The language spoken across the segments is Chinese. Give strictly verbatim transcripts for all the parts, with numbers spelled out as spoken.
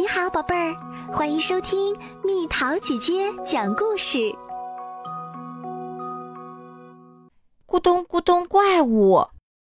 你好，宝贝儿，欢迎收听蜜桃姐姐讲故事。 咕咚咕咚怪物。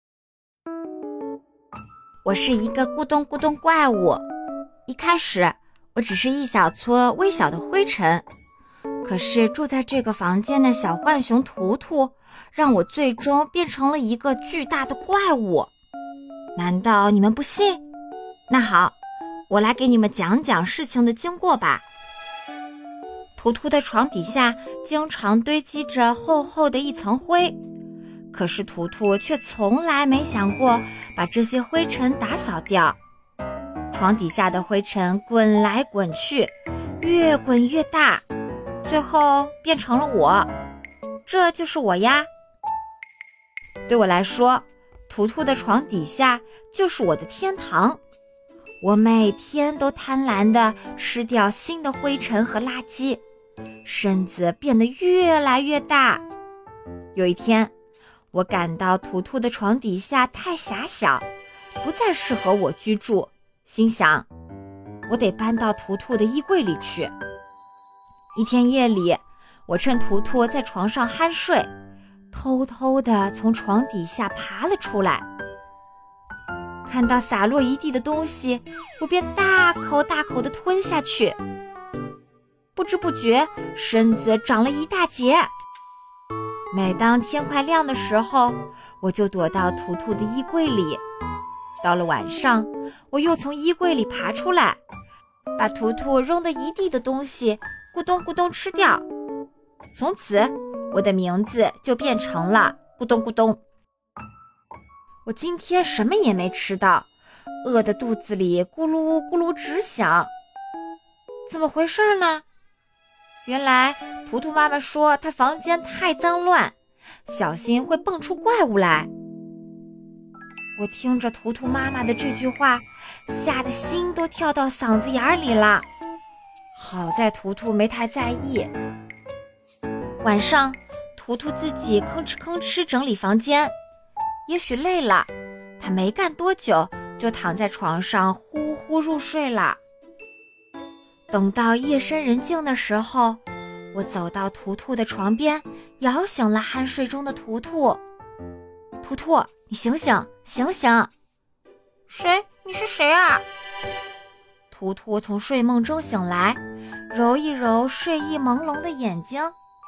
我是一个咕咚咕咚怪物。一开始，我只是一小撮微小的灰尘，可是住在这个房间的小浣熊图图，让我最终变成了一个巨大的怪物。难道你们不信？那好，我来给你们讲讲事情的经过吧。图图的床底下经常堆积着厚厚的一层灰，可是图图却从来没想过把这些灰尘打扫掉。床底下的灰尘滚来滚去，越滚越大，最后变成了我。这就是我呀。对我来说，图图的床底下就是我的天堂。我每天都贪婪地吃掉新的灰尘和垃圾，身子变得越来越大。有一天，我感到图图的床底下太狭小，不再适合我居住，心想，我得搬到图图的衣柜里去。一天夜里，我趁图图在床上酣睡，偷偷地从床底下爬了出来。看到洒落一地的东西，我便大口大口地吞下去。不知不觉，身子长了一大截。每当天快亮的时候，我就躲到图图的衣柜里。到了晚上，我又从衣柜里爬出来，把图图扔得一地的东西咕咚咕咚吃掉。从此，我的名字就变成了咕咚咕咚。我今天什么也没吃到，饿得肚子里咕噜咕噜直响。怎么回事呢？原来图图妈妈说她房间太脏乱，小心会蹦出怪物来。我听着图图妈妈的这句话，吓得心都跳到嗓子眼里了。好在图图没太在意。晚上，图图自己吭哧吭哧整理房间，也许累了，他没干多久就躺在床上呼呼入睡了。等到夜深人静的时候，我走到图图的床边，摇醒了酣睡中的图图。图图，你醒醒，醒醒！谁？你是谁啊？图图从睡梦中醒来，揉一揉睡意朦胧的眼睛。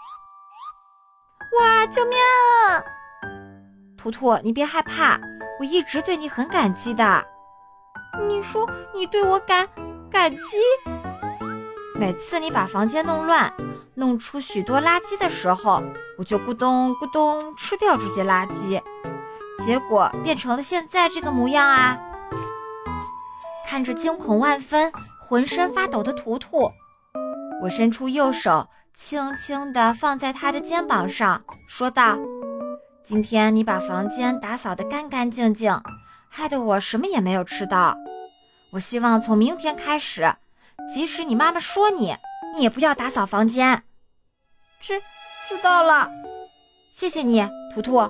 哇，救命啊！图图，你别害怕，我一直对你很感激的。你说你对我感感激？每次你把房间弄乱，弄出许多垃圾的时候，我就咕咚咕咚吃掉这些垃圾，结果变成了现在这个模样啊！看着惊恐万分、浑身发抖的图图，我伸出右手，轻轻地放在他的肩膀上，说道，今天你把房间打扫得干干净净，害得我什么也没有吃到。我希望从明天开始，即使你妈妈说你，你也不要打扫房间。知知道了，谢谢你，图图。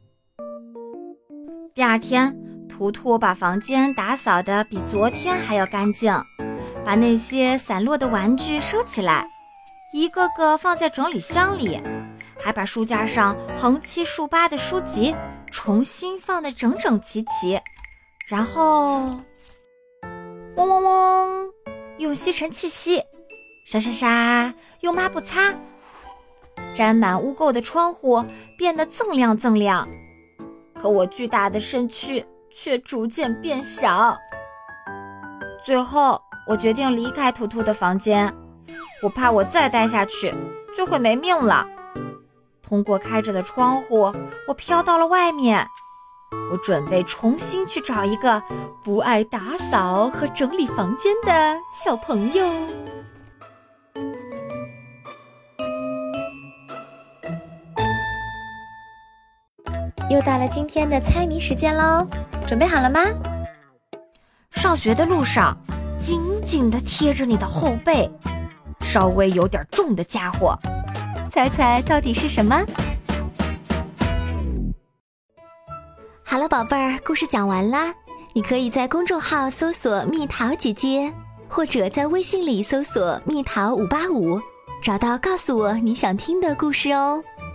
第二天，图图把房间打扫得比昨天还要干净，把那些散落的玩具收起来，一个个放在整理箱里，还把书架上横七竖八的书籍重新放得整整齐齐，然后嗡嗡嗡，用吸尘器吸，沙沙沙，用抹布擦，沾满污垢的窗户变得锃亮锃亮，可我巨大的身躯却逐渐变小。最后，我决定离开图图的房间，我怕我再待下去就会没命了。通过开着的窗户，我飘到了外面。我准备重新去找一个不爱打扫和整理房间的小朋友。 又到了今天的猜谜时间喽，准备好了吗？ 上学的路上，紧紧地贴着你的后背，稍微有点重的家伙， 猜猜到底是什么？好了，宝贝儿，故事讲完啦。你可以在公众号搜索蜜桃姐姐， 或者在微信里搜索蜜桃五八五，找到告诉我你想听的故事哦。